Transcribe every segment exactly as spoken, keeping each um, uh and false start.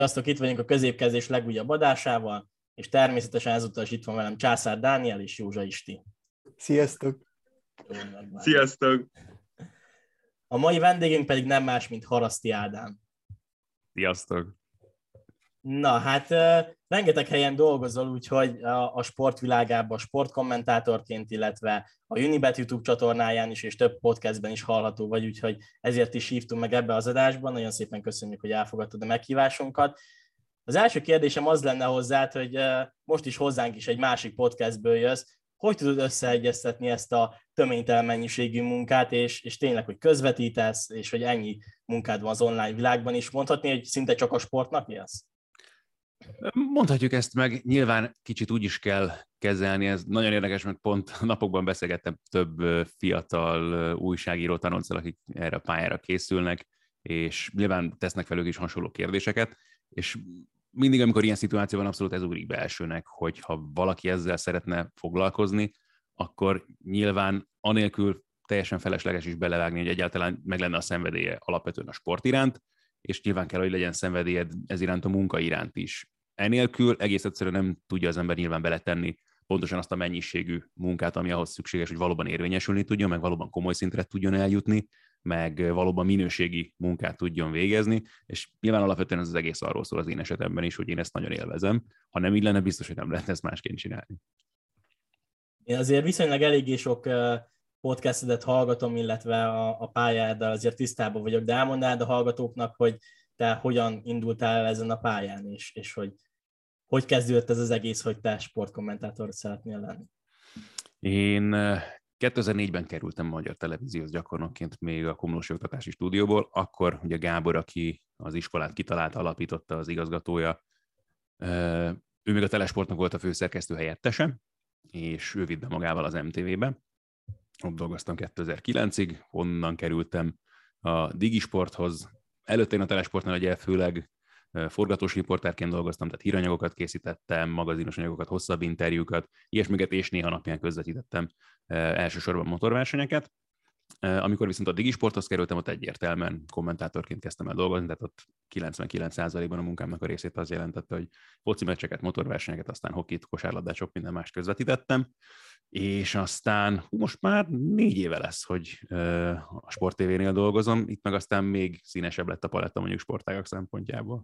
Sziasztok, itt vagyunk a Középkezdés legújabb adásával, és természetesen ezúttal is itt van velem Császár Dániel és Józsa Isti. Sziasztok! Sziasztok! A mai vendégünk pedig nem más, mint Haraszti Ádám. Sziasztok! Na, hát uh, rengeteg helyen dolgozol, úgyhogy a, a sportvilágában sportkommentátorként, illetve a Unibet YouTube csatornáján is, és több podcastben is hallható vagy, úgyhogy ezért is hívtunk meg ebbe az adásban. Nagyon szépen köszönjük, hogy elfogadtad a meghívásunkat. Az első kérdésem az lenne hozzád, hogy uh, most is hozzánk is egy másik podcastből jössz. Hogy tudod összeegyeztetni ezt a töménytelen mennyiségű munkát, és, és tényleg, hogy közvetítesz, és hogy ennyi munkád van az online világban is? Mondhatni, hogy szinte csak a sportnak élsz? Mondhatjuk ezt meg, nyilván kicsit úgy is kell kezelni, ez nagyon érdekes, mert pont napokban beszélgettem több fiatal újságíró tanonccal, akik erre a pályára készülnek, és nyilván tesznek velük is hasonló kérdéseket, és mindig, amikor ilyen szituáció van, abszolút ez ugrik be elsőnek, hogy ha valaki ezzel szeretne foglalkozni, akkor nyilván anélkül teljesen felesleges is belevágni, hogy egyáltalán meg lenne a szenvedélye alapvetően a sport iránt, és nyilván kell, hogy legyen szenvedélyed ez iránt a munka iránt is. Enélkül egész egyszerűen nem tudja az ember nyilván beletenni pontosan azt a mennyiségű munkát, ami ahhoz szükséges, hogy valóban érvényesülni tudjon, meg valóban komoly szintre tudjon eljutni, meg valóban minőségi munkát tudjon végezni, és nyilván alapvetően ez az egész arról szól az én esetemben is, hogy én ezt nagyon élvezem. Ha nem így lenne, biztos, hogy nem lehetne ezt másként csinálni. Én azért viszonylag eléggé sok podcastedet hallgatom, illetve a, a pályáddal azért tisztában vagyok, de elmondanád a hallgatóknak, hogy te hogyan indultál el ezen a pályán, és, és hogy hogy kezdődött ez az egész, hogy te sportkommentátor szeretnél lenni? Én kétezer-négyben kerültem magyar televíziós gyakornokként még a Komlósi Oktatási Stúdióból, akkor ugye Gábor, aki az iskolát kitalálta, alapította, az igazgatója, ő még a Telesportnak volt a főszerkesztő helyettese, és ő vitt be magával az em té vé-be. Ott dolgoztam kétezer-kilencig, onnan kerültem a Digisporthoz. Előtte én a Telesportnál ugye főleg forgatós riporterként dolgoztam, tehát híranyagokat készítettem, magazinos anyagokat, hosszabb interjúkat, ilyesmiket, és néha napján közvetítettem elsősorban motorversenyeket. Amikor viszont a Digisporthoz kerültem, ott egyértelműen kommentátorként kezdtem el dolgozni, tehát ott kilencvenkilenc százalékban a munkámnak a részét az jelentette, hogy foci meccseket, motorversenyeket, aztán hokit, kosárlabdát, sok minden más közvetítettem, és aztán hú, most már négy éve lesz, hogy a Sport té vé-nél dolgozom, itt meg aztán még színesebb lett a paletta mondjuk sportágak szempontjából.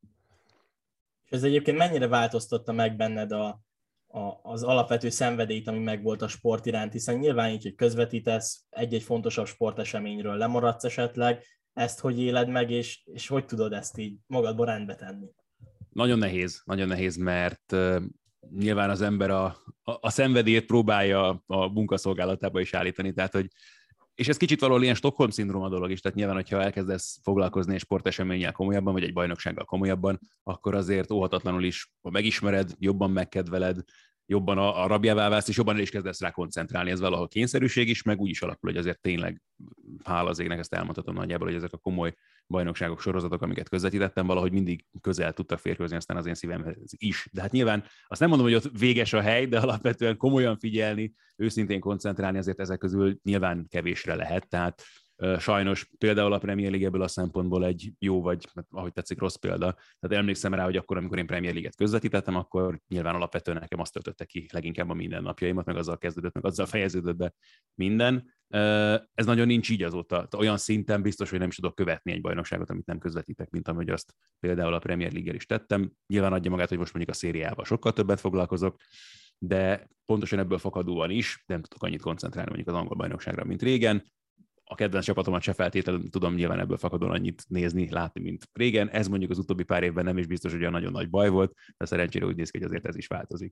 És ez egyébként mennyire változtatta meg benned a, a, az alapvető szenvedélyt, ami megvolt a sport iránt, hiszen nyilván így, hogy közvetítesz egy-egy fontosabb sporteseményről, lemaradsz esetleg, ezt hogy éled meg, és, és hogy tudod ezt így magadban rendbe tenni? Nagyon nehéz, nagyon nehéz, mert uh, nyilván az ember a, a, a szenvedélyt próbálja a munkaszolgálatába is állítani, tehát hogy és ez kicsit valahol ilyen Stockholm-szindróma dolog is, tehát nyilván, hogyha elkezdesz foglalkozni egy sporteseménnyel komolyabban, vagy egy bajnoksággal komolyabban, akkor azért óhatatlanul is, ha megismered, jobban megkedveled, jobban a, a rabjává válsz, és jobban el is kezdesz rá koncentrálni. Ez valahol kényszerűség is, meg úgy is alakul, hogy azért tényleg, hála az égnek, ezt elmondhatom nagyjából, hogy ezek a komoly bajnokságok, sorozatok, amiket közvetítettem, valahogy mindig közel tudtak férkőzni, aztán az én szívemhez is. De hát nyilván azt nem mondom, hogy ott véges a hely, de alapvetően komolyan figyelni, őszintén koncentrálni, azért ezek közül nyilván kevésre lehet. Tehát uh, sajnos például a Premier League ebből a szempontból egy jó, vagy ahogy tetszik, rossz példa. Tehát emlékszem rá, hogy akkor, amikor én Premier League-et közvetítettem, akkor nyilván alapvetően nekem azt töltötte ki leginkább a mindennapjaimat, meg azzal kezdődött, meg azzal fejeződött be minden. Ez nagyon nincs így azóta. Olyan szinten biztos, hogy nem is tudok követni egy bajnokságot, amit nem közvetítek, mint ahogy azt például a Premier League-el is tettem. Nyilván adja magát, hogy most mondjuk a szériával sokkal többet foglalkozok, de pontosan ebből fakadóan is nem tudok annyit koncentrálni mondjuk az angol bajnokságra, mint régen. A kedvenc csapatomat se feltétlenül tudom nyilván ebből fakadóan annyit nézni, látni, mint régen. Ez mondjuk az utóbbi pár évben nem is biztos, hogy olyan nagyon nagy baj volt, de szerencsére úgy néz ki, hogy azért ez is változik.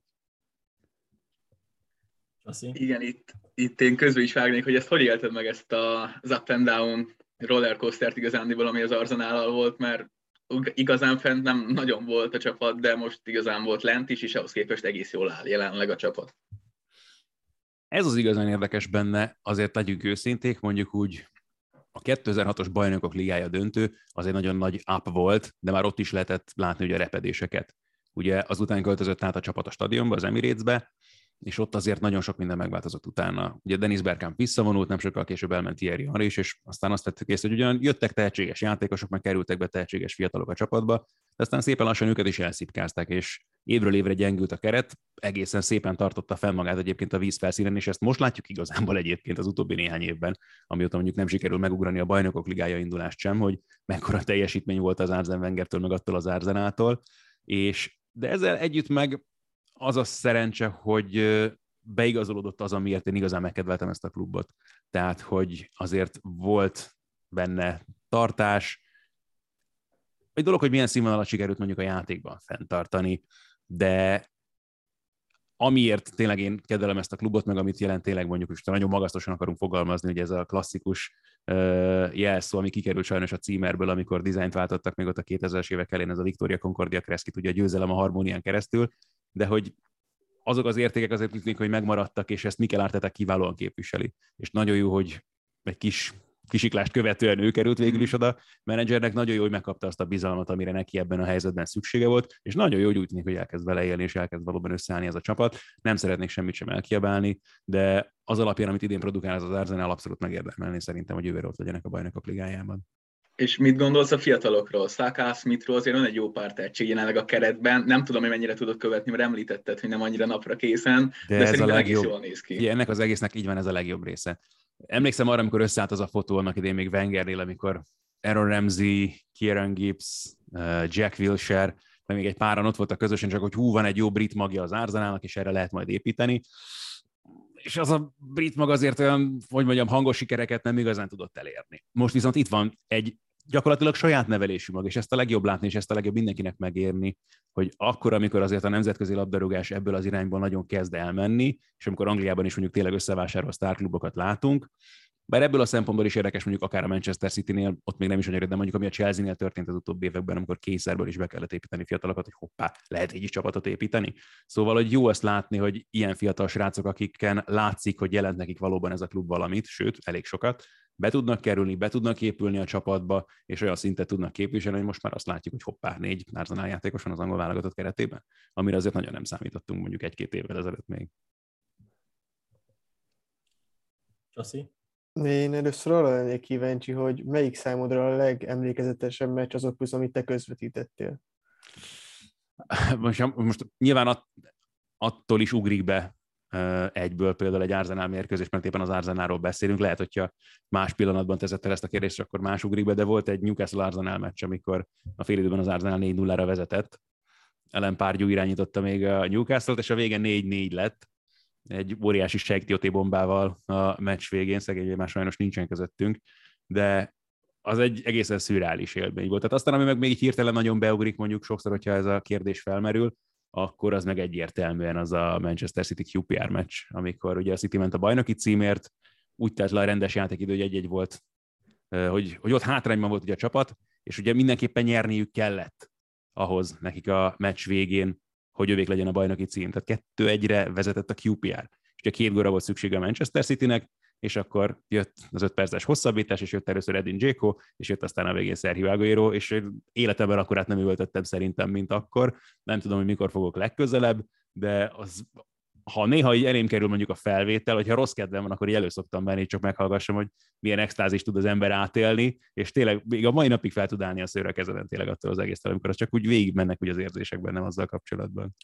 Igen, itt, itt én közben is vágnék, hogy ezt hogy élted meg, ezt a, az up and down rollercoastert igazándiból, ami az Arzenállal volt, mert igazán fent nem nagyon volt a csapat, de most igazán volt lent is, és ahhoz képest egész jól áll jelenleg a csapat. Ez az igazán érdekes benne, azért legyünk őszinték, mondjuk úgy a kétezer-hatos Bajnokok Ligája döntő az egy nagyon nagy up volt, de már ott is lehetett látni ugye a repedéseket. Ugye azután költözött át a csapat a stadionba, az Emirates-be, és ott azért nagyon sok minden megváltozott utána. Ugye Dennis Bergkamp visszavonult, nem sokkal később elment Thierry Henry is, és aztán azt vettük észre, hogy ugyan jöttek tehetséges játékosok, meg kerültek be tehetséges fiatalok a csapatba, de aztán szépen lassan őket is elszipkázták, és évről évre gyengült a keret, egészen szépen tartotta fenn magát egyébként a víz felszínen, és ezt most látjuk igazából egyébként az utóbbi néhány évben, amióta mondjuk nem sikerül megugrani a Bajnokok Ligája indulást sem, hogy mekkora teljesítmény volt az Arsene Wengertől, meg attól az Arsenaltól, és de ezzel együtt meg az a szerencse, hogy beigazolódott az, amiért én igazán megkedveltem ezt a klubot. Tehát, hogy azért volt benne tartás. Egy dolog, hogy milyen színvonalat sikerült mondjuk a játékban fenntartani, de amiért tényleg én kedvelem ezt a klubot, meg amit jelent tényleg mondjuk, és nagyon magasztosan akarunk fogalmazni, hogy ez a klasszikus uh, jelszó, ami kikerült sajnos a címerből, amikor dizájnt váltottak még ott a kétezres évek elén, ez a Victoria Concordia Crest, ugye a győzelem a harmónián keresztül, de hogy azok az értékek azért tűnik, hogy megmaradtak, és ezt Mikel Arteta kiválóan képviseli. És nagyon jó, hogy egy kis kisiklást követően ő került végül is oda. Menedzsernek nagyon jó, hogy megkapta azt a bizalmat, amire neki ebben a helyzetben szüksége volt, és nagyon jó, hogy úgy tűnik, hogy elkezd vele élni, és elkezd valóban összeállni ez a csapat. Nem szeretnék semmit sem elkiabálni, de az alapján, amit idén produkál ez az Arsenal, abszolút megérdemelni szerintem, hogy jövőre ott legyenek a Bajnokok Ligájában. És mit gondolsz a fiatalokról? Saka, Smithról azért van egy jó pár tehetség jelenleg a keretben. Nem tudom, hogy mennyire tudod követni, mert említetted, hogy nem annyira napra készen, de, de szerintem egész jól néz ki. Ugye, ennek az egésznek így van, ez a legjobb része. Emlékszem arra, amikor összeállt az a fotó annak idén még Wengernél, amikor Aaron Ramsey, Kieran Gibbs, Jack Wilshere, meg még egy páran ott voltak közösen, csak hogy hú, van egy jó brit magja az Arsenalnak, és erre lehet majd építeni. És az a brit mag azért olyan, hogy mondjam, hangos sikereket nem igazán tudott elérni. Most viszont itt van egy gyakorlatilag saját nevelésű mag, és ezt a legjobb látni, és ezt a legjobb mindenkinek megérni, hogy akkor, amikor azért a nemzetközi labdarúgás ebből az irányból nagyon kezd elmenni, és amikor Angliában is mondjuk tényleg összevásároló sztárklubokat látunk, bár ebből a szempontból is érdekes, mondjuk akár a Manchester City-nél, ott még nem is annyira, de mondjuk ami a Chelsea-nél történt az utóbbi években, amikor kényszerből is be kellett építeni fiatalokat, hogy hoppá, lehet így is csapatot építeni. Szóval, hogy jó azt látni, hogy ilyen fiatal srácok, akiken látszik, hogy jelent nekik valóban ez a klub valamit, sőt, elég sokat, be tudnak kerülni, be tudnak épülni a csapatba, és olyan szintet tudnak képviselni, hogy most már azt látjuk, hogy hoppá, négy Arsenal játékos van az angol válogatott keretében, amire azért nagyon nem számítottunk mondjuk egy-két évvel ezelőtt még. Csasi? Én először arra lennék kíváncsi, hogy melyik számodra a legemlékezetesebb meccs azok közül, amit te közvetítettél? Most, most nyilván att, attól is ugrik be egyből például egy Arsenal mérkőzés, mert éppen az Arsenalról beszélünk. Lehet, hogyha más pillanatban teszed el ezt a kérdést, akkor más ugrik be, de volt egy Newcastle-Arsenal meccs, amikor a fél időben az Arsenal négy nullára vezetett. Ellen Pardew irányította még a Newcastle-t, és a vége négy négy lett. Egy óriási sejtioté bombával a meccs végén, szegény már sajnos nincsen közöttünk, de az egy egészen szürreális élmény volt. Tehát aztán, ami meg még így hirtelen nagyon beugrik, mondjuk sokszor, hogyha ez a kérdés felmerül, akkor az meg egyértelműen az a Manchester City kú pé er meccs, amikor ugye a City ment a bajnoki címért, úgy telt le a rendes játékidő, hogy egy-egy volt, hogy, hogy ott hátrányban volt ugye a csapat, és ugye mindenképpen nyerniük kellett ahhoz nekik a meccs végén, hogy övék legyen a bajnoki cím. Tehát kettő egyre vezetett a kú pé er. És ugye két góra volt szüksége a Manchester Citynek, és akkor jött az öt perces hosszabbítás, és jött először Edin Dzeko, és jött aztán a végén Sergio Aguero, és életemben akkorát nem üvöltöttem szerintem, mint akkor. Nem tudom, hogy mikor fogok legközelebb, de az, ha néha így elém kerül mondjuk a felvétel, hogyha rossz kedvem van, akkor így elő szoktam menni, csak meghallgassam, hogy milyen extázis tud az ember átélni, és tényleg még a mai napig fel tud állni a szőre a kezeden tényleg attól az egésztől, amikor az csak úgy végig mennek úgy az érzésekben, nem azzal kapcsolatban.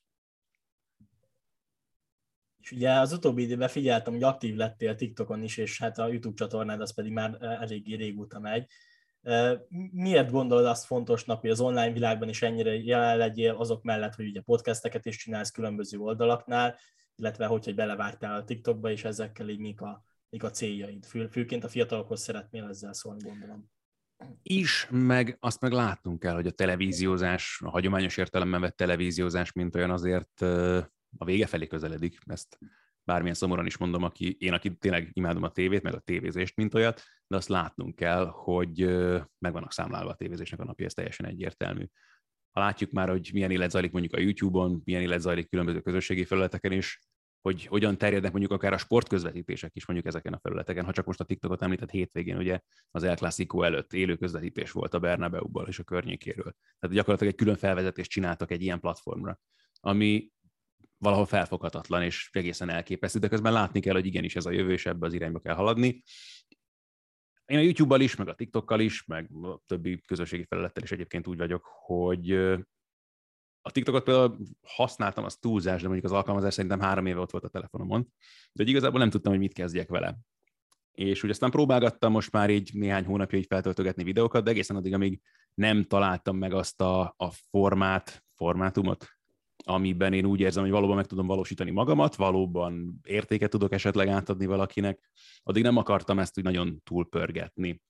És ugye az utóbbi időben figyeltem, hogy aktív lettél TikTokon is, és hát a YouTube csatornád az pedig már eléggé régóta megy. Miért gondolod azt fontosnak, hogy az online világban is ennyire jelen legyél, azok mellett, hogy ugye podcasteket is csinálsz különböző oldalaknál, illetve hogy, hogy belevágtál a TikTokba, és ezekkel így mik a, mik a céljaid? Fő, főként a fiatalokhoz szeretnél ezzel szólni, gondolom. Is, meg azt meg látnunk kell, hogy a televíziózás, a hagyományos értelemben vett televíziózás, mint olyan azért a vége felé közeledik, ezt bármilyen szomorúan is mondom, aki, én, aki tényleg imádom a tévét, meg a tévézést, mint olyat, de azt látnunk kell, hogy meg vannak számlálva a tévézésnek a napja, ez teljesen egyértelmű. Ha látjuk már, hogy milyen élet zajlik mondjuk a YouTube-on, milyen élet zajlik különböző közösségi felületeken is, hogy hogyan terjednek mondjuk akár a sportközvetítések is mondjuk ezeken a felületeken. Ha csak most a TikTokot említett hétvégén, ugye az El Clásico előtt élő közvetítés volt a Bernabéuból és a környékéről. Tehát gyakorlatilag egy külön felvezetést csináltak egy ilyen platformra, ami valahol felfoghatatlan és egészen elképesztő, de közben látni kell, hogy igenis ez a jövő, és ebbe az irányba kell haladni. Én a YouTube-bal is, meg a TikTokkal is, meg a többi közösségi felülettel is egyébként úgy vagyok, hogy a TikTokot például használtam, az túlzás, de mondjuk az alkalmazás szerintem három éve ott volt a telefonomon, de igazából nem tudtam, hogy mit kezdjek vele. És úgy aztán próbálgattam most már így néhány hónapja így feltöltögetni videókat, de egészen addig, amíg nem találtam meg azt a, a formát, formátumot, amiben én úgy érzem, hogy valóban meg tudom valósítani magamat, valóban értéket tudok esetleg átadni valakinek, addig nem akartam ezt úgy nagyon túlpörgetni.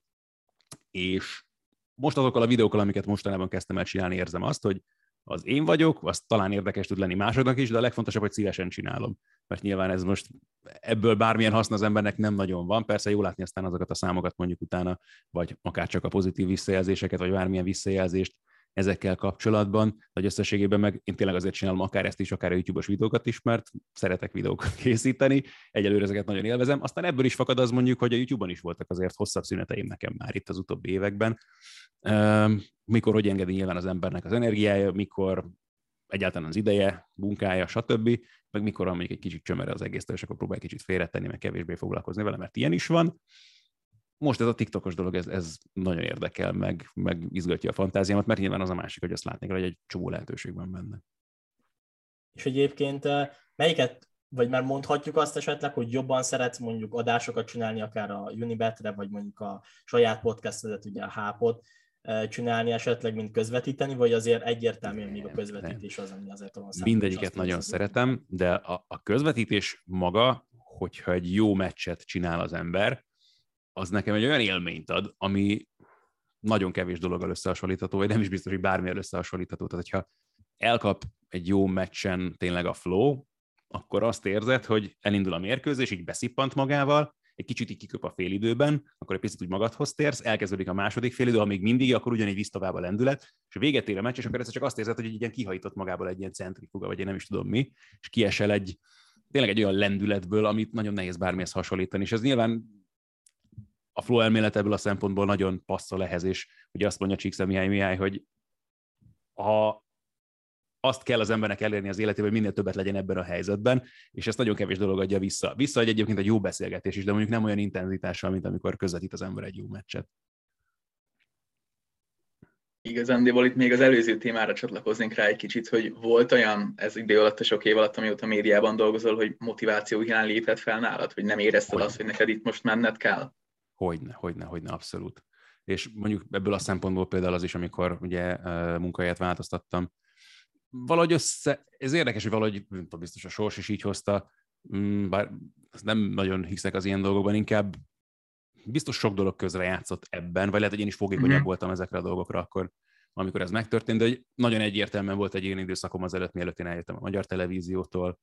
És most azokkal a videókkal, amiket mostanában kezdtem el csinálni, érzem azt, hogy az én vagyok, az talán érdekes tud lenni másoknak is, de a legfontosabb, hogy szívesen csinálom. Mert nyilván ez most ebből bármilyen haszna az embernek nem nagyon van. Persze jó látni aztán azokat a számokat mondjuk utána, vagy akár csak a pozitív visszajelzéseket, vagy bármilyen visszajelzést ezekkel kapcsolatban, vagy összességében meg én tényleg azért csinálom akár ezt is, akár a YouTube-os videókat is, mert szeretek videókat készíteni, egyelőre ezeket nagyon élvezem. Aztán ebből is fakad az mondjuk, hogy a YouTube-on is voltak azért hosszabb szüneteim nekem már itt az utóbbi években. Mikor hogy engedi nyilván az embernek az energiája, mikor egyáltalán az ideje, munkája, stb., meg mikor mondjuk egy kicsit csömere az egész, és akkor próbálj kicsit félretenni, meg kevésbé foglalkozni vele, mert ilyen is van. Most ez a TikTokos dolog, ez, ez nagyon érdekel, meg, meg izgatja a fantáziámat, mert nyilván az a másik, hogy azt látni kell, hogy egy csomó lehetőség van benne. És egyébként melyiket, vagy már mondhatjuk azt esetleg, hogy jobban szeretsz mondjuk adásokat csinálni, akár a Unibetre, vagy mondjuk a saját podcastedet, ugye a Hápot csinálni esetleg, mint közvetíteni, vagy azért egyértelműen még a közvetítés az, ami azért van. Mindegyiket nagyon szeretem, de a, a közvetítés maga, hogyha egy jó meccset csinál az ember, az nekem egy olyan élményt ad, ami nagyon kevés dologgal összehasonlítható, vagy nem is biztos, hogy bármilyen összehasonlítható. Tehát, hogyha elkap egy jó meccsen tényleg a flow, akkor azt érzed, hogy elindul a mérkőzés, így beszippant magával, egy kicsit így kiköp a félidőben, akkor egy picit úgy magadhoz térsz, elkezdődik a második félidő, ha még mindig, akkor ugyanígy visz tovább a lendület, és a véget ér a meccs, és akkor egyszer csak azt érzed, hogy egy ilyen kihajított magából egy ilyen centrifuga, vagy én nem is tudom mi, és kiesel egy, tényleg egy olyan lendületből, amit nagyon nehéz bármihez hasonlítani, és ez nyilván a flow elmélet ebből a szempontból nagyon passzol ehhez, és ugye azt mondja Csíkszer Mihály Mihály, hogy ha azt kell az embernek elérni az életében, hogy minél többet legyen ebben a helyzetben, és ezt nagyon kevés dolog adja vissza. Visszaadja egyébként egy jó beszélgetés is, de mondjuk nem olyan intenzitással, mint amikor közvetít az ember egy jó meccset. Igazándiból itt még az előző témára csatlakoznénk rá egy kicsit, hogy volt olyan ez idő alatt, a sok év alatt, amióta médiában dolgozol, hogy motiváció hiány lépett fel nálad, hogy nem érezted hogy azt, hogy neked itt most menned kell? Hogyne, hogyne, hogyne, abszolút. És mondjuk ebből a szempontból például az is, amikor ugye munkahelyet változtattam, valahogy össze, ez érdekes, hogy valahogy biztos a sors is így hozta, bár nem nagyon hiszek az ilyen dolgokban, inkább biztos sok dolog közre játszott ebben, vagy lehet, hogy én is fogékonyabb mm-hmm. voltam ezekre a dolgokra akkor, amikor ez megtörtént, de hogy nagyon egyértelműen volt egy ilyen időszakom az előtt, mielőtt én eljöttem a Magyar Televíziótól,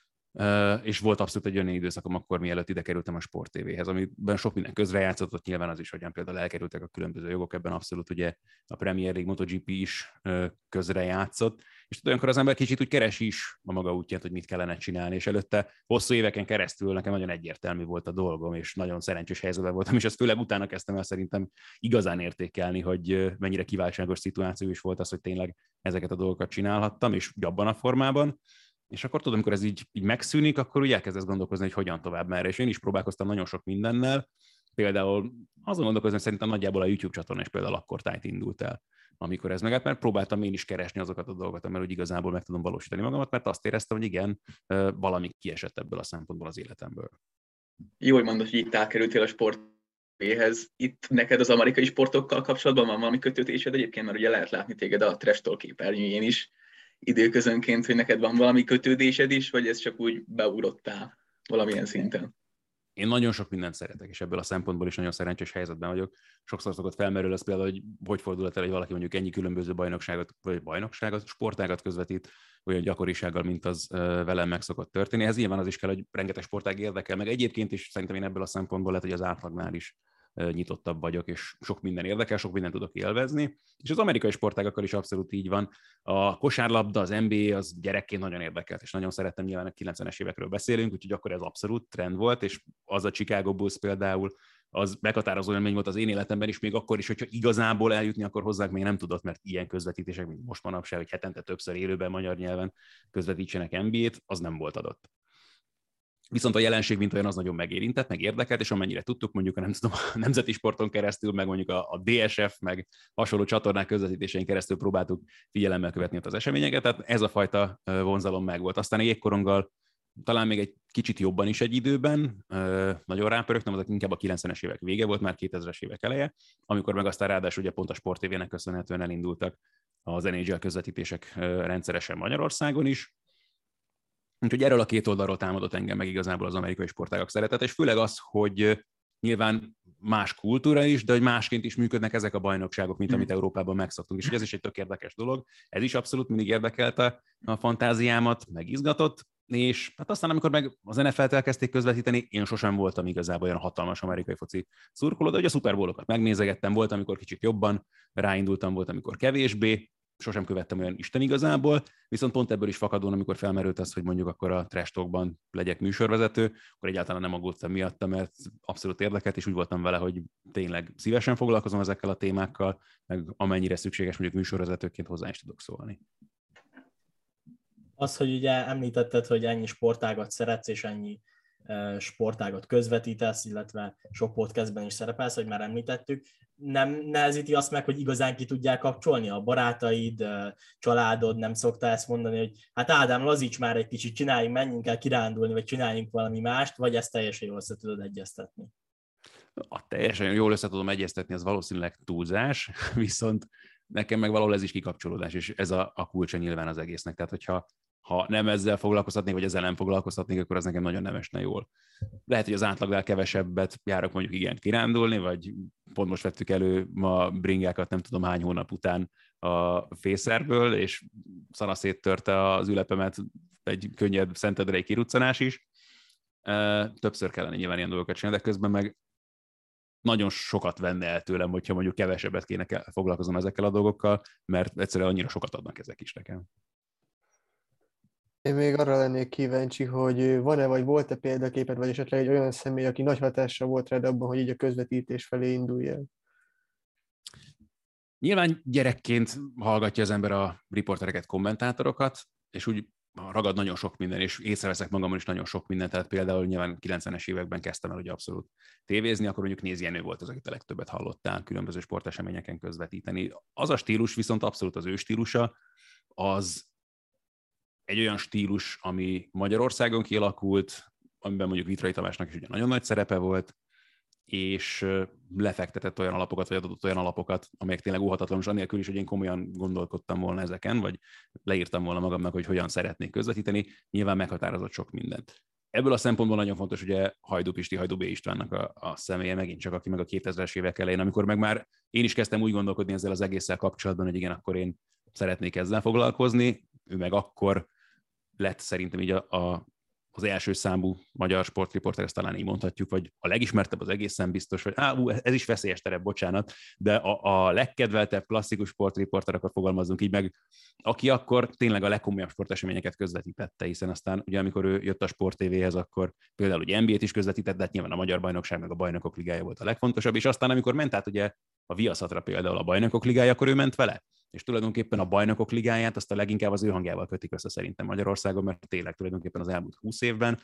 és volt abszolút egy olyan időszakom akkor, mielőtt ide kerültem a Sport té véhez, amiben sok minden közrejátszott, ott nyilván az is, hogyan például elkerültek a különböző jogok, ebben abszolút ugye a Premier League, MotoGP is közrejátszott, és olyankor az ember kicsit úgy keresi is a maga útját, hogy mit kellene csinálni, és előtte hosszú éveken keresztül nekem nagyon egyértelmű volt a dolgom, és nagyon szerencsés helyzetben voltam, és ezt főleg utána kezdtem el szerintem igazán értékelni, hogy mennyire kiváltságos szituáció is volt az, hogy tényleg ezeket a dolgokat csinálhattam, és abban a formában. És akkor tudom, amikor ez így, így megszűnik, akkor úgy elkezdesz gondolkozni, hogy hogyan tovább merre. És én is próbálkoztam nagyon sok mindennel. Például azon gondolkozni, hogy szerintem nagyjából a YouTube csatorna is például akkor tájt indult el, amikor ez megállt, mert próbáltam én is keresni azokat a dolgokat, mert úgy igazából meg tudom valósítani magamat, mert azt éreztem, hogy igen, valami kiesett ebből a szempontból az életemből. Jó, hogy mondod, hogy itt átkerültél a Sport té véhez. Itt neked az amerikai sportokkal kapcsolatban van valami kötődésed egyébként, mert ugye lehet látni téged a Trash Talk képernyőjén is időközönként, hogy neked van valami kötődésed is, vagy ez csak úgy beugrottál valamilyen szinten? Én nagyon sok mindent szeretek, és ebből a szempontból is nagyon szerencsés helyzetben vagyok. Sokszor szokott felmerül az például, hogy hogy fordulhat el, hogy valaki mondjuk ennyi különböző bajnokságot, vagy bajnokságot, sportágat közvetít olyan gyakorisággal, mint az velem meg szokott történni. Ez nyilván az is kell, hogy rengeteg sportág érdekel, meg egyébként is szerintem én ebből a szempontból lehet, hogy az átlagnál is nyitottabb vagyok, és sok minden érdekel, sok mindent tudok élvezni. És az amerikai sportágakkal is abszolút így van. A kosárlabda, az en bé á az gyerekként nagyon érdekelt, és nagyon szerettem, nyilván a kilencvenes évekről beszélünk, úgyhogy akkor ez abszolút trend volt, és az a Chicago Bulls például, az meghatározó élmény volt az én életemben is, még akkor is, hogyha igazából eljutni akkor hozzánk még nem tudott, mert ilyen közvetítések, mint most manapság, hogy hetente többször élőben magyar nyelven közvetítsenek en bé á-t, az nem volt adott. Viszont a jelenség, mint olyan, az nagyon megérintett, meg érdekelt, és amennyire tudtuk, mondjuk a, nem tudom, a Nemzeti Sporton keresztül, meg mondjuk a, a dé es ef, meg hasonló csatornák közvetítésein keresztül próbáltuk figyelemmel követni ott az eseményeket, tehát ez a fajta vonzalom megvolt. Aztán a jégkoronggal talán még egy kicsit jobban is egy időben, nagyon rápörögtem, az inkább a kilencvenes évek vége volt, már kétezres évek eleje, amikor meg aztán ráadásul ugye pont a Sport té vének köszönhetően elindultak az en há el közvetítések rendszeresen Magyarországon is. Úgyhogy erről a két oldalról támadott engem meg igazából az amerikai sportágak szeretet, és főleg az, hogy nyilván más kultúra is, de hogy másként is működnek ezek a bajnokságok, mint amit Európában megszoktunk. És ez is egy tök érdekes dolog. Ez is abszolút mindig érdekelte a fantáziámat, meg izgatott, és hát aztán, amikor meg az en ef el-t elkezdték közvetíteni, én sosem voltam igazából olyan hatalmas amerikai foci szurkoló, de hogy a Super Bowl-okat megnézegettem, volt, amikor kicsit jobban ráindultam, volt, amikor kevésbé, sosem követtem olyan Isten igazából, viszont pont ebből is fakadóan, amikor felmerült az, hogy mondjuk akkor a Trash Talkban legyek műsorvezető, akkor egyáltalán nem aggódtam miatta, mert abszolút érdekelt, és úgy voltam vele, hogy tényleg szívesen foglalkozom ezekkel a témákkal, meg amennyire szükséges, mondjuk műsorvezetőként hozzá is tudok szólni. Az, hogy ugye említetted, hogy ennyi sportágat szeretsz, és ennyi sportágat közvetítesz, illetve sok podcastben is szerepelsz, hogy már említettük, nem nehezíti azt meg, hogy igazán ki tudják kapcsolni a barátaid, családod, nem szokta ezt mondani, hogy hát Ádám, lazíts már egy kicsit, csináljunk, menjünk el kirándulni, vagy csináljunk valami mást, vagy ezt teljesen jól össze tudod egyeztetni? A teljesen jól össze tudom egyeztetni, az valószínűleg túlzás, viszont nekem meg valahol ez is kikapcsolódás, és ez a, a kulcsa nyilván az egésznek. Tehát, hogyha ha nem ezzel foglalkoztatnék, vagy ezzel nem foglalkoztatnék, akkor az nekem nagyon nem esne jól. Lehet, hogy az átlagnál kevesebbet járok mondjuk igen kirándulni, vagy pont most vettük elő ma bringákat nem tudom hány hónap után a fészerből, és szanaszét törte az ülepemet egy könnyed szentendrei kiruccanás is. Többször kellene nyilván ilyen dolgokat csinálni, de közben meg nagyon sokat venne el tőlem, hogyha mondjuk kevesebbet kéne foglalkoznom ezekkel a dolgokkal, mert egyszerűen annyira sokat adnak ezek is nekem. Én még arra lennék kíváncsi, hogy van-e vagy volt-e példaképed, vagy esetleg egy olyan személy, aki nagy hatással volt rád abban, hogy így a közvetítés felé indulj el? Nyilván gyerekként hallgatja az ember a riportereket, kommentátorokat, és úgy ragad nagyon sok minden, és észreveszek magamon is nagyon sok mindent, tehát például nyilván kilencvenes években kezdtem el ugye abszolút tévézni, akkor mondjuk Nézd Jenő volt az, akit a legtöbbet hallottál különböző sporteseményeken közvetíteni. Az a stílus viszont abszolút az ő stílusa, az egy olyan stílus, ami Magyarországon kialakult, amiben mondjuk Vitrai Tamásnak is ugye nagyon nagy szerepe volt, és lefektetett olyan alapokat, vagy adott olyan alapokat, amelyek tényleg óhatatlanul, és annélkül is, hogy én komolyan gondolkodtam volna ezeken, vagy leírtam volna magamnak, hogy hogyan szeretnék közvetíteni, nyilván meghatározott sok mindent. Ebből a szempontból nagyon fontos ugye Hajdú Pisti, Hajdú B. Istvánnak a, a személye, megint csak aki meg a kétezres évek elején, amikor meg már én is kezdtem úgy gondolkodni ezzel az egésszel kapcsolatban, hogy igen, akkor én szeretnék ezzel foglalkozni, ő meg akkor lett szerintem így a, a, az első számú magyar sportriporter, ezt talán így mondhatjuk, vagy a legismertebb az egészen biztos, hogy á, ú, ez is veszélyes terep, bocsánat, de a, a legkedveltebb klasszikus sportriporter, akkor fogalmazzunk így meg, aki akkor tényleg a legkomolyabb sporteseményeket közvetítette, hiszen aztán ugye amikor ő jött a Sport té véhez, akkor például ugye en bé á-t is közvetített, de hát nyilván a Magyar Bajnokság meg a Bajnokok Ligája volt a legfontosabb, és aztán amikor ment át ugye a Viaszatra például a Bajnokok Ligája, akkor ő ment vele. És tulajdonképpen a Bajnokok Ligáját azt a leginkább az ő hangjával kötik össze szerintem Magyarországon, mert tényleg tulajdonképpen az elmúlt húsz évben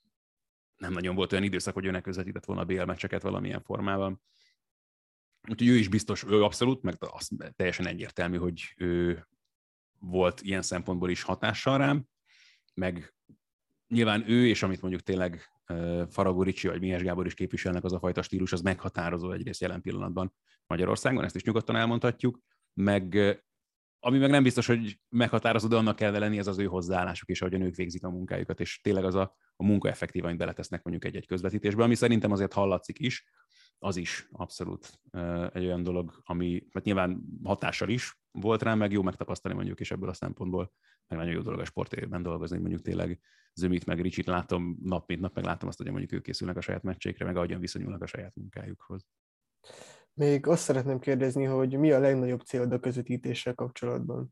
nem nagyon volt olyan időszak, hogy őnek közvetített volna a bé el meccseket valamilyen formában. Úgyhogy ő is biztos, ő abszolút, meg az teljesen egyértelmű, hogy ő volt ilyen szempontból is hatással rám, meg nyilván ő, és amit mondjuk tényleg Faragó Ricsi vagy Mihes Gábor is képviselnek, az a fajta stílus, az meghatározó egyrészt jelen pillanatban Magyarországon, ezt is nyugodtan elmondhatjuk, meg ami meg nem biztos, hogy meghatározó, de annak kell lenni, ez az ő hozzáállásuk is, ahogyan ők végzik a munkájukat, és tényleg az a, a munka effektív, amit beletesznek mondjuk egy-egy közvetítésbe, ami szerintem azért hallatszik is, az is abszolút egy olyan dolog, ami hát nyilván hatással is volt rám, meg jó megtapasztalni mondjuk, és ebből a szempontból meg nagyon jó dolog a Sport té vében dolgozni, mondjuk tényleg Zömit meg Ricsit látom nap mint nap, meg látom azt, hogy mondjuk ők készülnek a saját meccsékre, meg ahogyan viszonyulnak a saját munkájukhoz. Még azt szeretném kérdezni, hogy mi a legnagyobb célod a közvetítéssel kapcsolatban?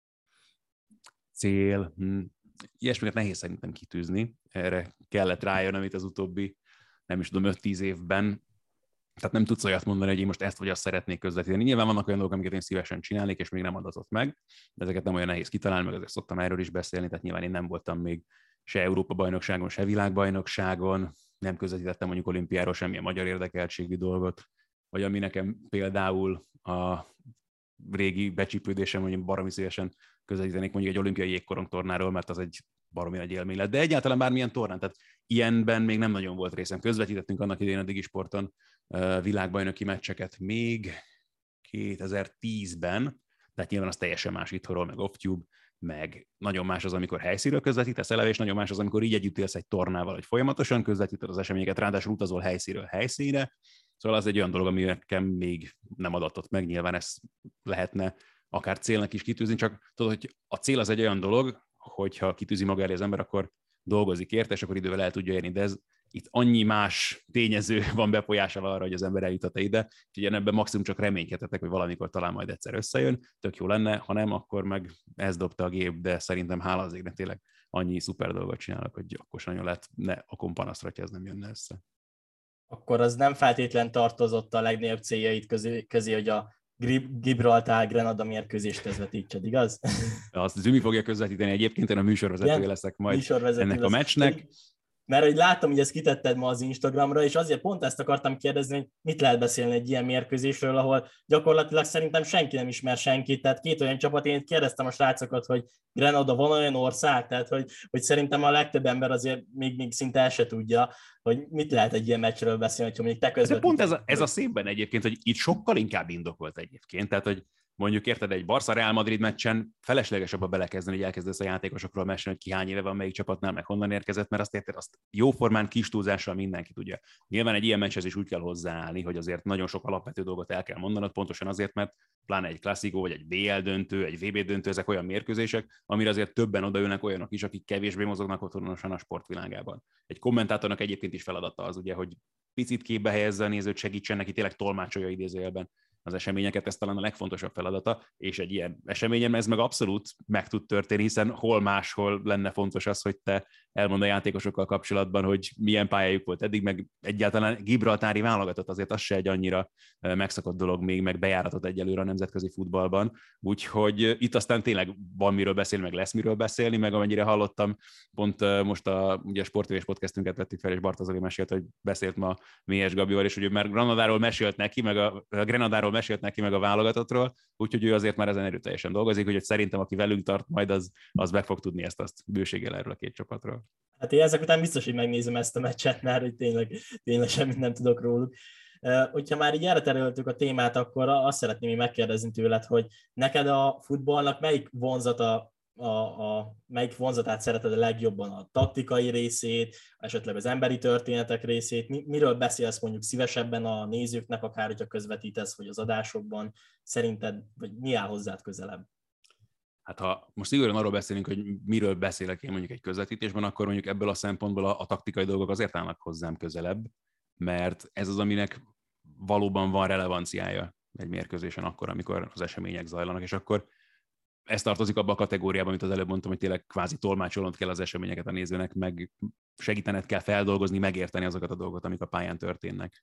Cél? Hm. Ilyesmiket nehéz szerintem kitűzni. Erre kellett rájönnem itt az utóbbi, nem is tudom, öt-tíz évben. Tehát nem tudsz olyat mondani, hogy én most ezt vagy azt szeretnék közvetíteni. Nyilván vannak olyan dolgok, amiket én szívesen csinálnék, és még nem adatott meg, de ezeket nem olyan nehéz kitalálni, meg azért szoktam erről is beszélni, tehát nyilván én nem voltam még se Európa-bajnokságon, se világbajnokságon, nem közvetítettem mondjuk olimpiáról semmilyen magyar érdekeltségű dolgot, vagy ami nekem például a régi becsípődésem, mondjuk baromi szívesen közvetítenék mondjuk egy olimpiai jégkorongtornáról, mert az egy baromi nagy élmény lett. De egyáltalán bármilyen tornán, tehát ilyenben még nem nagyon volt részem. Közvetítettünk annak idején a Digisporton világbajnoki meccseket még kétezer-tízben, tehát nyilván az teljesen más itthonról, meg off-tube, meg nagyon más az, amikor helyszínről közvetítesz eleve, és nagyon más az, amikor így együtt élsz egy tornával, hogy folyamatosan közvetíted az eseményeket, ráadásul utazol helyszínről helyszínre. Szóval az egy olyan dolog, ami nekem még nem adatott meg, nyilván ezt lehetne akár célnak is kitűzni, csak tudod, hogy a cél az egy olyan dolog, hogyha kitűzi maga elé az ember, akkor dolgozik érte, és akkor idővel el tudja érni, de ez itt annyi más tényező van befolyással arra, hogy az ember eljutott ide, úgyhogy ebben maximum csak reménykedhetek, hogy valamikor talán majd egyszer összejön, tök jó lenne, ha nem, akkor meg ez dobta a gép, de szerintem hála az égnek tényleg annyi szuper dolgot csinálok, hogy akkor sem nagyon lehet, ne a panaszra, hogy ez nem jönne össze. Akkor az nem feltétlen tartozott a legnagyobb céljait közé, közé hogy a Gibraltár-Grenada mérkőzést közvetítsed, igaz? Azt Zümi fogja közvetíteni egyébként, én a műsorvezetője leszek majd műsorvezető ennek lesz. A meccsnek. Mert hogy látom, hogy ezt kitetted ma az Instagramra, és azért pont ezt akartam kérdezni, hogy mit lehet beszélni egy ilyen mérkőzésről, ahol gyakorlatilag szerintem senki nem ismer senkit. Tehát két olyan csapat, én kérdeztem a srácokat, hogy Grenada van olyan ország, tehát hogy, hogy szerintem a legtöbb ember azért még, még szinte el se tudja, hogy mit lehet egy ilyen meccsről beszélni, hogyha mondjuk te közvetítesz. Pont ez a, ez a szépben egyébként, hogy itt sokkal inkább indokolt egyébként, tehát hogy mondjuk érted, egy Barca-Real Madrid meccsen feleslegesebb a belekezdeni, hogy elkezdesz a játékosokról mesélni, hogy ki hány éve van, melyik csapatnál, meg honnan érkezett, mert azt érted, azt jóformán kis túlzással mindenki tudja. Nyilván egy ilyen meccshez is úgy kell hozzáállni, hogy azért nagyon sok alapvető dolgot el kell mondanod, pontosan azért, mert pláne egy klasszikó, vagy egy bé el döntő, egy vé bé döntő, ezek olyan mérkőzések, amire azért többen odaülnek olyanok is, akik kevésbé mozognak otthonosan a sportvilágában. Egy kommentátornak egyébként is feladata az, ugye, hogy picit képbe helyezze a nézőt, segítsen neki, tényleg tolmácsolja idézőjelben az eseményeket, ez talán a legfontosabb feladata, és egy ilyen eseményen ez meg abszolút meg tud történni, hiszen hol máshol lenne fontos az, hogy te elmond a játékosokkal kapcsolatban, hogy milyen pályájuk volt eddig, meg egyáltalán gibraltári válogatott, azért az se egy annyira megszokott dolog még, meg bejáratott egyelőre a nemzetközi futballban, úgyhogy itt aztán tényleg van miről beszélni, meg lesz miről beszélni, meg amennyire hallottam, pont most a, ugye a Sportévés podcastünket vettük fel, és Bartazoli mesélt, hogy beszélt ma Méhes Gabival, és ugye már Granadáról mesélt neki, meg a, a Grenadáról mesélt neki, meg a válogatottról, úgyhogy ő azért már ezen erőteljesen dolgozik, úgyhogy szerintem, aki velünk tart, majd az, az meg fog tudni ezt azt bőséggel erről a két csapatról. Hát én ezek után biztos, hogy megnézem ezt a meccset, mert hogy tényleg, tényleg semmit nem tudok róluk. Uh, hogyha már így erre tereltük a témát, akkor azt szeretném megkérdezni tőled, hogy neked a futballnak melyik vonzata, a, a, melyik vonzatát szereted a legjobban, a taktikai részét, esetleg az emberi történetek részét, mi, miről beszélsz mondjuk szívesebben a nézőknek, akár hogyha közvetítesz, vagy az adásokban, szerinted, vagy mi áll hozzád közelebb? Hát ha most szigorúan arról beszélünk, hogy miről beszélek én mondjuk egy közvetítésben, akkor mondjuk ebből a szempontból a, a taktikai dolgok azért állnak hozzám közelebb, mert ez az, aminek valóban van relevanciája egy mérkőzésen akkor, amikor az események zajlanak, és akkor ez tartozik abba a kategóriába, amit az előbb mondtam, hogy tényleg kvázi tolmácsolnod kell az eseményeket a nézőnek, meg segítened kell feldolgozni, megérteni azokat a dolgokat, amik a pályán történnek.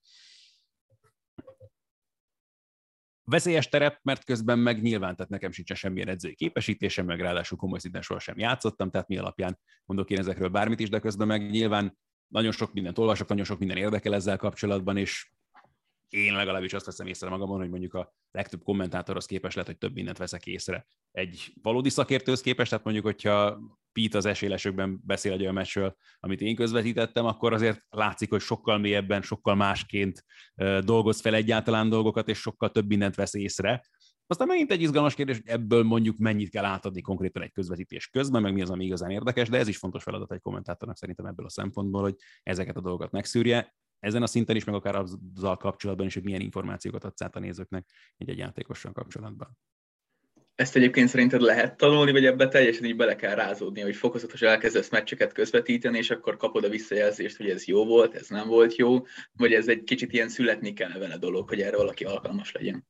Veszélyes terep, mert közben meg nyilván, tehát nekem sincsen semmilyen edzői képesítésem, meg ráadásul komoly szinten sohasem játszottam, tehát mi alapján mondok én ezekről bármit is, de közben meg nyilván nagyon sok mindent olvasok, nagyon sok minden érdekel ezzel kapcsolatban, és én legalábbis azt veszem észre magamon, hogy mondjuk a legtöbb kommentátorhoz képest lehet, hogy több mindent veszek észre. Egy valódi szakértőhöz képest, tehát mondjuk, hogyha Pete az esélylesőkben beszél egy olyan meccsről, amit én közvetítettem, akkor azért látszik, hogy sokkal mélyebben, sokkal másként dolgoz fel egyáltalán dolgokat, és sokkal több mindent vesz észre. Aztán megint egy izgalmas kérdés, hogy ebből mondjuk mennyit kell átadni konkrétan egy közvetítés közben, meg mi az, ami igazán érdekes, de ez is fontos feladat egy kommentátornak szerintem ebből a szempontból, hogy ezeket a dolgokat megszűrje. Ezen a szinten is, meg akár azzal kapcsolatban is, hogy milyen információkat adsz át a nézőknek egy-egy játékossal kapcsolatban. Ezt egyébként szerinted lehet tanulni, vagy ebbe teljesen így bele kell rázódni, hogy fokozatosan elkezdesz meccseket közvetíteni, és akkor kapod a visszajelzést, hogy ez jó volt, ez nem volt jó, vagy ez egy kicsit ilyen születni kell vele dolog, hogy erre valaki alkalmas legyen?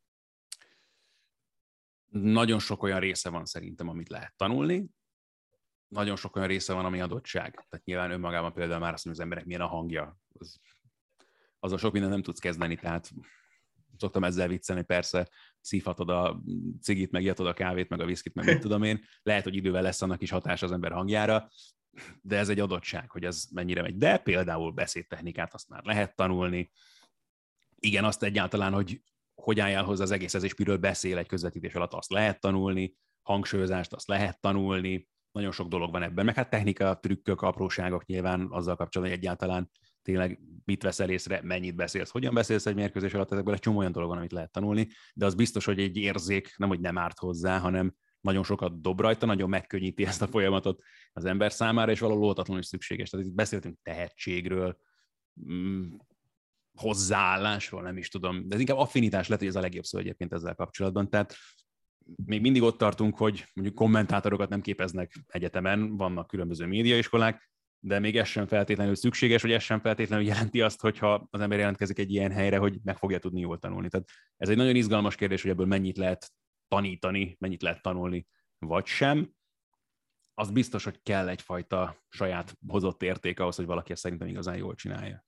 Nagyon sok olyan része van szerintem, amit lehet tanulni. Nagyon sok olyan része van, ami adottság. Tehát nyilván önmagában például már azt mondja, az emberek milyen a hangja. Az azon sok mindent nem tudsz kezdeni, tehát szoktam ezzel viccelni, persze szívhatod a cigit, meg ilyatod a kávét, meg a viszkit, meg mit tudom én. Lehet, hogy idővel lesz annak is hatása az ember hangjára, de ez egy adottság, hogy ez mennyire megy. De például beszédtechnikát azt már lehet tanulni. Igen, azt egyáltalán, hogy hogy álljál hozzá az egészhez, és miről beszél egy közvetítés alatt, azt lehet tanulni, hangsúlyozást azt lehet tanulni, nagyon sok dolog van ebben, meg hát technika, trükkök, apróságok nyilván azzal kapcsolatban, hogy egyáltalán tényleg mit veszel észre, mennyit beszélsz, hogyan beszélsz egy mérkőzés alatt, ezekből egy csomó olyan dolog van, amit lehet tanulni, de az biztos, hogy egy érzék nem, hogy nem árt hozzá, hanem nagyon sokat dob rajta, nagyon megkönnyíti ezt a folyamatot az ember számára, és valahol óhatatlanul is szükséges. Tehát itt beszéltünk tehetségről, mm, hozzáállásról, nem is tudom, de ez inkább affinitás lett, hogy ez a legjobb szó egyébként ezzel kapcsolatban. Tehát még mindig ott tartunk, hogy mondjuk kommentátorokat nem képeznek egyetemen, vannak különböző médiaiskolák, de még ez sem feltétlenül szükséges, hogy ez sem feltétlenül jelenti azt, hogyha az ember jelentkezik egy ilyen helyre, hogy meg fogja tudni jól tanulni. Tehát ez egy nagyon izgalmas kérdés, hogy ebből mennyit lehet tanítani, mennyit lehet tanulni, vagy sem. Az biztos, hogy kell egyfajta saját hozott érték ahhoz, hogy valaki ezt szerintem igazán jól csinálja.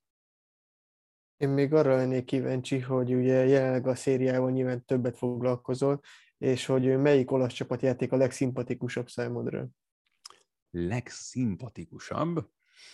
Én még arra lennék kíváncsi, hogy ugye jelenleg a szériával nyilván többet foglalkozol, és hogy melyik olasz csapatjáték a legszimpatikusabb számodra? Legszimpatikusabb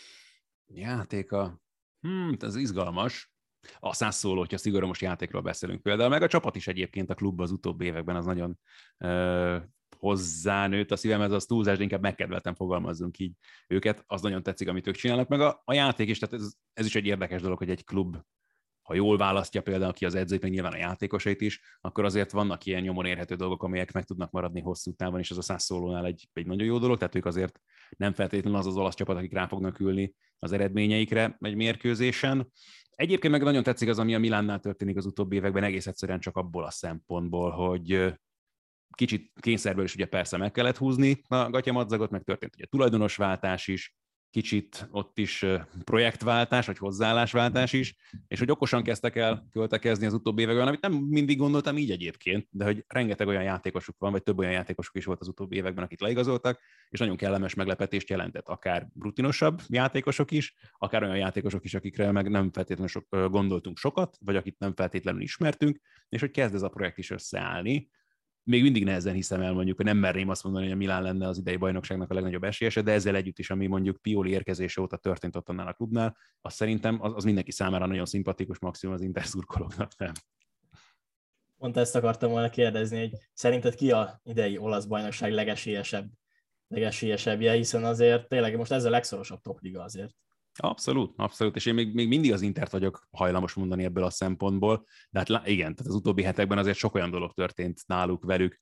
játéka? Hmm, ez izgalmas. A Sassuolo, hogyha szigorúan most játékról beszélünk például, meg a csapat is egyébként a klubban az utóbbi években az nagyon uh, hozzánőtt a szívemhez, az túlzás, de inkább megkedveltem, fogalmazzunk így őket, az nagyon tetszik, amit ők csinálnak, meg a, a játék is, tehát ez, ez is egy érdekes dolog, hogy egy klub, ha jól választja például ki az edzőt, meg nyilván a játékosait is, akkor azért vannak ilyen nyomon érhető dolgok, amelyek meg tudnak maradni hosszú távon, és ez a Sassuolónál egy, egy nagyon jó dolog, tehát ők azért nem feltétlenül az az olasz csapat, akik rá fognak ülni az eredményeikre egy mérkőzésen. Egyébként meg nagyon tetszik az, ami a Milánnál történik az utóbbi években, egész egyszerűen csak abból a szempontból, hogy kicsit kényszerből is ugye persze meg kellett húzni a gatyamadzagot, meg történt ugye tulajdonosváltás is, kicsit ott is projektváltás, vagy hozzáállásváltás is, és hogy okosan kezdtek el költekezni az utóbbi években, amit nem mindig gondoltam így egyébként, de hogy rengeteg olyan játékosuk van, vagy több olyan játékosuk is volt az utóbbi években, akit leigazoltak, és nagyon kellemes meglepetést jelentett, akár rutinosabb játékosok is, akár olyan játékosok is, akikre meg nem feltétlenül sok, gondoltunk sokat, vagy akit nem feltétlenül ismertünk, és hogy kezd ez a projekt is összeállni. Még mindig nehezen hiszem el, mondjuk, hogy nem merném azt mondani, hogy a Milán lenne az idei bajnokságnak a legnagyobb esélyese, de ezzel együtt is, ami mondjuk Pioli érkezése óta történt ott annál a klubnál, az szerintem az, az mindenki számára nagyon szimpatikus, maximum az Inter szurkolóknak nem. Pont ezt akartam volna kérdezni, hogy szerinted ki a idei olasz bajnokság legesélyesebb, legesélyesebbje, hiszen azért tényleg most ez a legszorosabb topliga azért. Abszolút, abszolút, és én még, még mindig az Intert vagyok hajlamos mondani ebből a szempontból, de hát igen, tehát az utóbbi hetekben azért sok olyan dolog történt náluk, velük,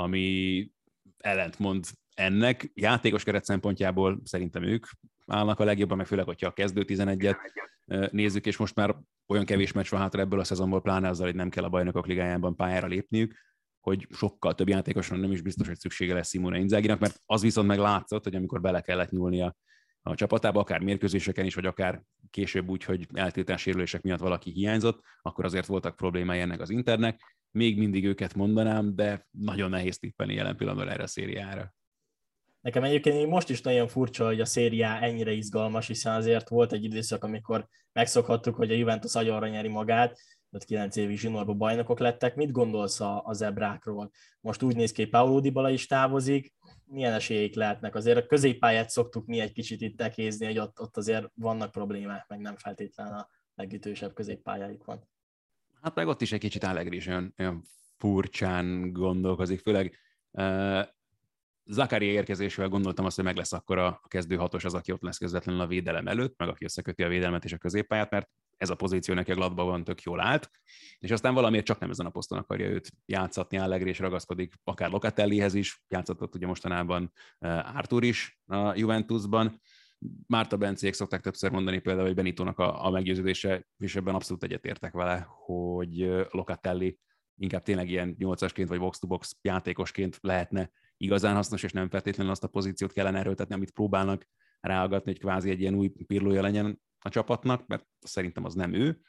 ami ellentmond ennek. Játékos keret szempontjából szerintem ők állnak a legjobban, meg főleg, hogyha a kezdő tizenegyet nézzük, és most már olyan kevés meccs van hátra ebből a szezonból, pláne azzal, hogy nem kell a Bajnokok Ligájában pályára lépniük, hogy sokkal több játékosra nem is biztos, hogy szüksége lesz Simone Inzaghinak, mert az viszont meg látszott, hogy amikor bele kellett nyúlnia a csapatába, akár mérkőzéseken is, vagy akár később úgy, hogy eltiltás sérülések miatt valaki hiányzott, akkor azért voltak problémái ennek az Internek. Még mindig őket mondanám, de nagyon nehéz tippelni jelen pillanatban erre a szériára. Nekem egyébként most is nagyon furcsa, hogy a szériá ennyire izgalmas, hiszen azért volt egy időszak, amikor megszokhattuk, hogy a Juventus agyonra nyeri magát, ott kilenc évig zsinórban bajnokok lettek. Mit gondolsz a, a zebrákról? Most úgy néz ki, hogy Paulo Dybala is távozik, milyen esélyeik lehetnek? Azért a középpályát szoktuk mi egy kicsit itt tekézni, hogy ott, ott azért vannak problémák, meg nem feltétlenül a legütősebb középpályájuk van. Hát meg ott is egy kicsit Allegri is olyan, olyan furcsán gondolkozik, főleg uh, Zakaria érkezésével gondoltam azt, hogy meg lesz akkor a kezdő hatos az, aki ott lesz közvetlenül a védelem előtt, meg aki összeköti a védelmet és a középpályát, mert ez a pozíció neki a Gladbachban tök jól állt, és aztán valamiért csak nem ezen a poszton akarja őt játszatni, Allegri, és ragaszkodik akár Locatellihez is, játszatott ugye mostanában Arthur is a Juventusban. Márta Bencék szokták többször mondani például, hogy Benitónak a, a meggyőződése, és ebben abszolút egyetértek vele, hogy Locatelli inkább tényleg ilyen nyolcasként vagy box-to-box játékosként lehetne igazán hasznos, és nem feltétlenül azt a pozíciót kellene erőltetni, amit próbálnak ráagatni, hogy kvázi egy ilyen új Pirlója legyen a csapatnak, mert szerintem az nem ő.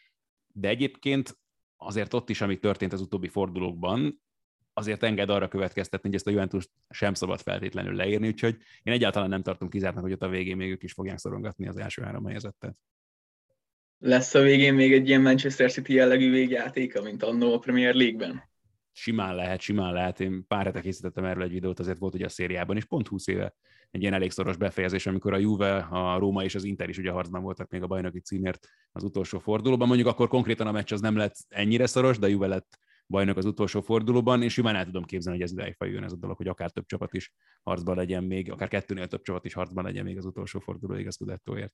De egyébként azért ott is, ami történt az utóbbi fordulókban, azért enged arra következtetni, hogy ezt a Juventus sem szabad feltétlenül leírni, úgyhogy én egyáltalán nem tartom kizártnak, hogy ott a végén még ők is fogják szorongatni az első három helyezettet. Lesz a végén még egy ilyen Manchester City jellegű végjátéka, mint annó a Premier League-ben? Simán lehet, simán lehet. Én pár hete készítettem erről egy videót, azért volt ugye a szériában is, pont húsz éve egy ilyen elég szoros befejezés, amikor a Juve, a Róma és az Inter is ugye harcban voltak még a bajnoki címért az utolsó fordulóban. Mondjuk akkor konkrétan a meccs az nem lett ennyire szoros, de a Juve lett bajnok az utolsó fordulóban, és simán el tudom képzelni, hogy ez idáig jön ez a dolog, hogy akár több csapat is harcban legyen még, akár kettőnél több csapat is harcban legyen még az utolsó fordulóig a Scudettóért.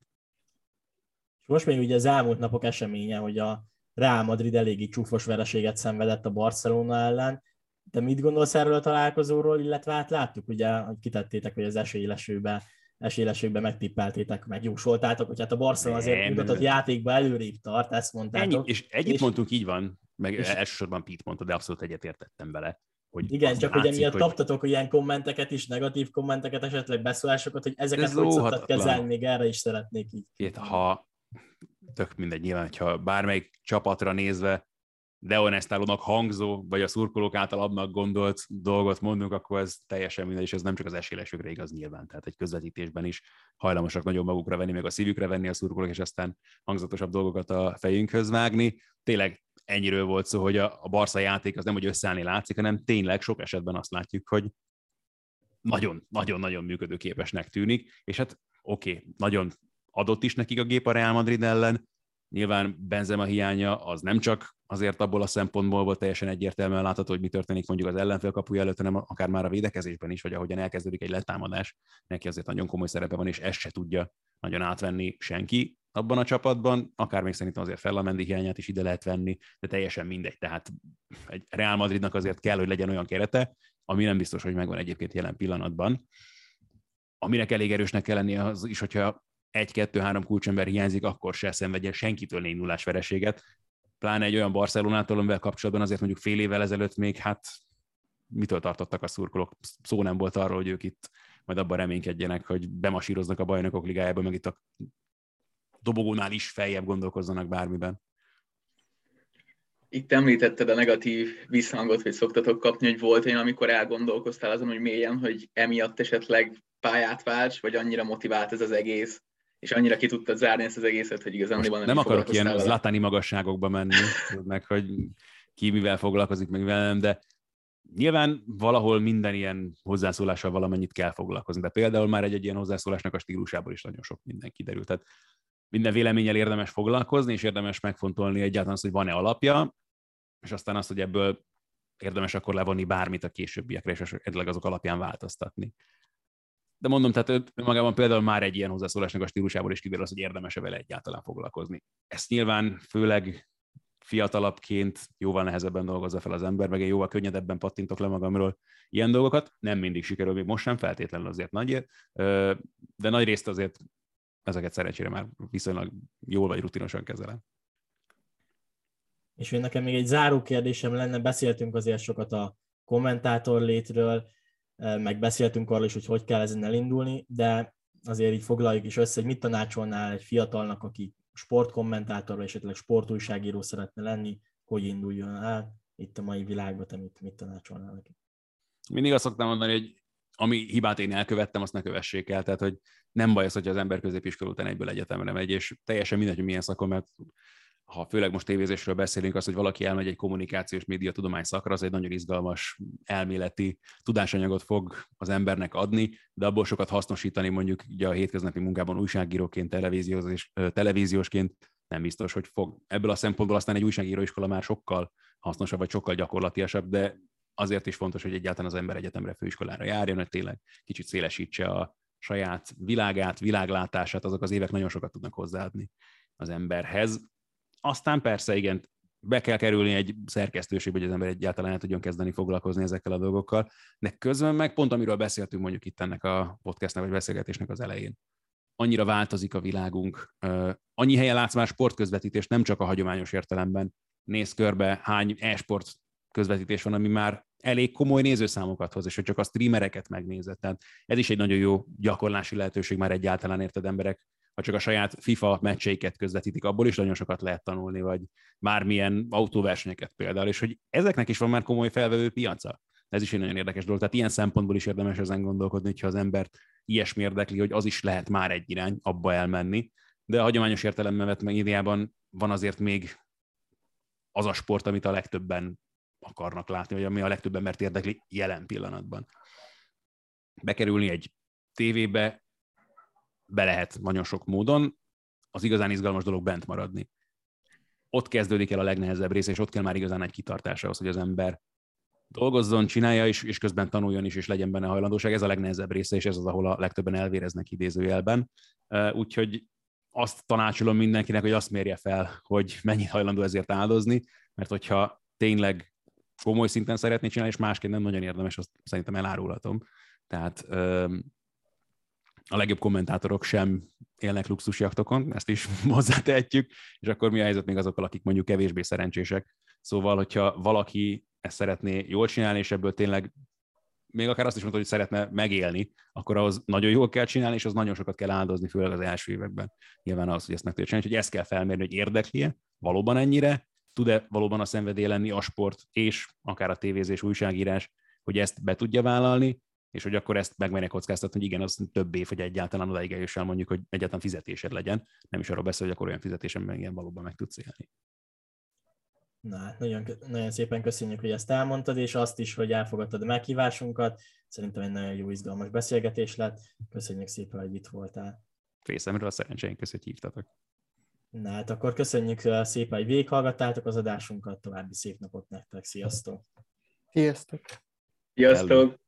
Most még ugye az elmúlt napok eseménye, hogy a Real Madrid eléggé csúfos vereséget szenvedett a Barcelona ellen. De mit gondolsz erről a találkozóról, illetve hát láttuk ugye, hogy kitettétek, hogy az esélylesőbe, esélylesőbe megtippeltétek, megjósoltátok, hogy hát a Barcelona azért mutatott játékba előrébb tart, ezt mondtátok. Ennyi, és együtt és... mondtunk, így van, meg és... elsősorban Pete mondta, de abszolút egyetértettem vele. Hogy igen, csak hogy emiatt hogy... kaptatok ilyen kommenteket is, negatív kommenteket, esetleg beszólásokat, hogy ezeket hogy szoktat kezelni, még erre is szeretnék így. Itt, ha tök mindegy, nyilván, hogyha bármelyik csapatra nézve dehonestálónak hangzó, vagy a szurkolók által gondolt dolgot mondunk, akkor ez teljesen mindegy, és ez nem csak az esélyesükre igaz nyilván, tehát egy közvetítésben is hajlamosak nagyon magukra venni, meg a szívükre venni a szurkolók, és aztán hangzatosabb dolgokat a fejünkhöz vágni. Tényleg ennyiről volt szó, hogy a, a Barca játék az nem, hogy összeállni látszik, hanem tényleg sok esetben azt látjuk, hogy nagyon-nagyon-nagyon működőképesnek tűnik, és hát oké, okay, nagyon adott is nekik a gép a Real Madrid ellen. Nyilván Benzema hiánya az nem csak azért abból a szempontból volt teljesen egyértelműen látható, hogy mi történik mondjuk az ellenfél kapuja előtt, hanem akár már a védekezésben is, vagy ahogyan elkezdődik egy letámadás, neki azért nagyon komoly szerepe van, és ezt se tudja nagyon átvenni senki abban a csapatban, akár még szerintem azért Ferland hiányát is ide lehet venni, de teljesen mindegy. Tehát egy Real Madridnak azért kell, hogy legyen olyan kerete, ami nem biztos, hogy megvan egyébként jelen pillanatban. Aminek elég erősnek kell lennie az is, hogyha egy-kettő-három kulcsember hiányzik, akkor se szenvedjen senkitől négy nullás vereséget. Pláne egy olyan Barcelonától, amivel kapcsolatban azért mondjuk fél évvel ezelőtt még, hát mitől tartottak a szurkolók? Szó nem volt arról, hogy ők itt majd abban reménykedjenek, hogy bemasíroznak a bajnokok ligájába, meg itt a dobogónál is feljebb gondolkozzanak bármiben. Itt említetted a negatív visszhangot, hogy szoktatok kapni, hogy volt olyan, amikor elgondolkoztál azon, hogy mélyen, hogy emiatt esetleg pályát válts, vagy annyira motivált ez az egész, és annyira ki tudtad zárni ezt az egészet, hogy igazándiban nem nem akarok ilyen vele. zlatáni magasságokba menni, meg hogy ki mivel foglalkozik, meg velem, de nyilván valahol minden ilyen hozzászólással valamennyit kell foglalkozni, de például már egy-egy ilyen hozzászólásnak a stílusából is nagyon sok minden kiderült. Tehát minden véleménnyel érdemes foglalkozni, és érdemes megfontolni egyáltalán azt, hogy van-e alapja, és aztán azt, hogy ebből érdemes akkor levonni bármit a későbbiekre, és esetleg azok alapján változtatni. De mondom, tehát magában például már egy ilyen hozzászólásnak a stílusából is kiderül az, hogy érdemes-e vele egyáltalán foglalkozni. Ezt nyilván főleg fiatalabbként jóval nehezebben dolgozza fel az ember, meg én jóval könnyedebben pattintok le magamról ilyen dolgokat. Nem mindig sikerül, még most sem feltétlenül azért nagy, de nagy részt azért ezeket szerencsére már viszonylag jól vagy rutinosan kezelem. És én nekem még egy záró kérdésem lenne, beszéltünk azért sokat a kommentátor létről, meg beszéltünk arról is, hogy hogy kell ezen elindulni, de azért így foglaljuk is össze, hogy mit tanácsolnál egy fiatalnak, aki sportkommentátor, vagy esetleg sportújságíró szeretne lenni, hogy induljon el itt a mai világban, te mit, mit tanácsolnál neki? Mindig azt szoktam mondani, hogy ami hibát én elkövettem, azt ne kövessék el, tehát hogy nem baj az, hogyha az ember középiskola után egyből egyetemre megy, és teljesen mindegy, hogy milyen szakon, mert ha főleg most tévézésről beszélünk, az, hogy valaki elmegy egy kommunikációs médiatudomány szakra, az egy nagyon izgalmas elméleti tudásanyagot fog az embernek adni, de abból sokat hasznosítani mondjuk ugye a hétköznapi munkában újságíróként, televíziós, televíziósként nem biztos, hogy fog. Ebből a szempontból aztán egy újságíróiskola már sokkal hasznosabb, vagy sokkal gyakorlatiasabb, de azért is fontos, hogy egyáltalán az ember egyetemre, főiskolára járjon, hogy tényleg kicsit szélesítse a saját világát, világlátását, azok az évek nagyon sokat tudnak hozzáadni az emberhez. Aztán persze, igen, be kell kerülni egy szerkesztőségbe, hogy az ember egyáltalán el tudjon kezdeni foglalkozni ezekkel a dolgokkal, de közben meg pont amiről beszéltünk mondjuk itt ennek a podcastnak vagy beszélgetésnek az elején. Annyira változik a világunk, annyi helyen látsz már sportközvetítést, nem csak a hagyományos értelemben. Nézz körbe, hány e-sport közvetítés van, ami már elég komoly nézőszámokat hoz, és hogy csak a streamereket megnézed. Tehát ez is egy nagyon jó gyakorlási lehetőség már egyáltalán, érted emberek, ha csak a saját FIFA meccseiket közvetítik, abból is nagyon sokat lehet tanulni, vagy bármilyen autóversenyeket például, és hogy ezeknek is van már komoly felvevő piaca. Ez is egy nagyon érdekes dolog. Tehát ilyen szempontból is érdemes ezen gondolkodni, hogyha az embert ilyesmi érdekli, hogy az is lehet már egy irány, abba elmenni, de a hagyományos értelemben vett médiában van azért még az a sport, amit a legtöbben akarnak látni, vagy ami a legtöbb embert érdekli jelen pillanatban. Bekerülni egy tévébe be lehet nagyon sok módon, az igazán izgalmas dolog bent maradni. Ott kezdődik el a legnehezebb rész, és ott kell már igazán egy kitartás ahhoz, hogy az ember dolgozzon, csinálja is, és közben tanuljon is, és legyen benne hajlandóság. Ez a legnehezebb része, és ez az, ahol a legtöbben elvéreznek idézőjelben. Úgyhogy azt tanácsolom mindenkinek, hogy azt mérje fel, hogy mennyit hajlandó ezért áldozni, mert hogyha tényleg komoly szinten szeretné csinálni, és másként nem nagyon érdemes, azt szerintem elárulhatom. Tehát a legjobb kommentátorok sem élnek luxusjachtokon, ezt is hozzátehetjük, és akkor mi a helyzet még azokkal, akik mondjuk kevésbé szerencsések. Szóval, hogyha valaki ezt szeretné jól csinálni, és ebből tényleg még akár azt is mondta, hogy szeretne megélni, akkor ahhoz nagyon jól kell csinálni, és az nagyon sokat kell áldozni, főleg az első években. Nyilván az, hogy ezt meg tudja csinálni, hogy ezt kell felmérni, hogy érdekli-e valóban ennyire, tud-e valóban a szenvedély lenni a sport, és akár a tévézés, újságírás, hogy ezt be tudja vállalni, és hogy akkor ezt megmerje kockáztatni, hogy igen, az több év, hogy egyáltalán odaig eljussál mondjuk, hogy egyáltalán fizetésed legyen. Nem is arról beszél, hogy akkor olyan fizetésemben igen, valóban meg tudsz élni. Na, nagyon, nagyon szépen köszönjük, hogy ezt elmondtad, és azt is, hogy elfogadtad a meghívásunkat. Szerintem egy nagyon jó, izgalmas beszélgetés lett. Köszönjük szépen, hogy itt voltál. Félszemről a szerencsénk, köszönjük, hogy hívtatok. Na hát akkor köszönjük szépen, hogy végighallgattátok az adásunkat. További szép napot nektek. Sziasztok! Sziasztok! Sziasztok!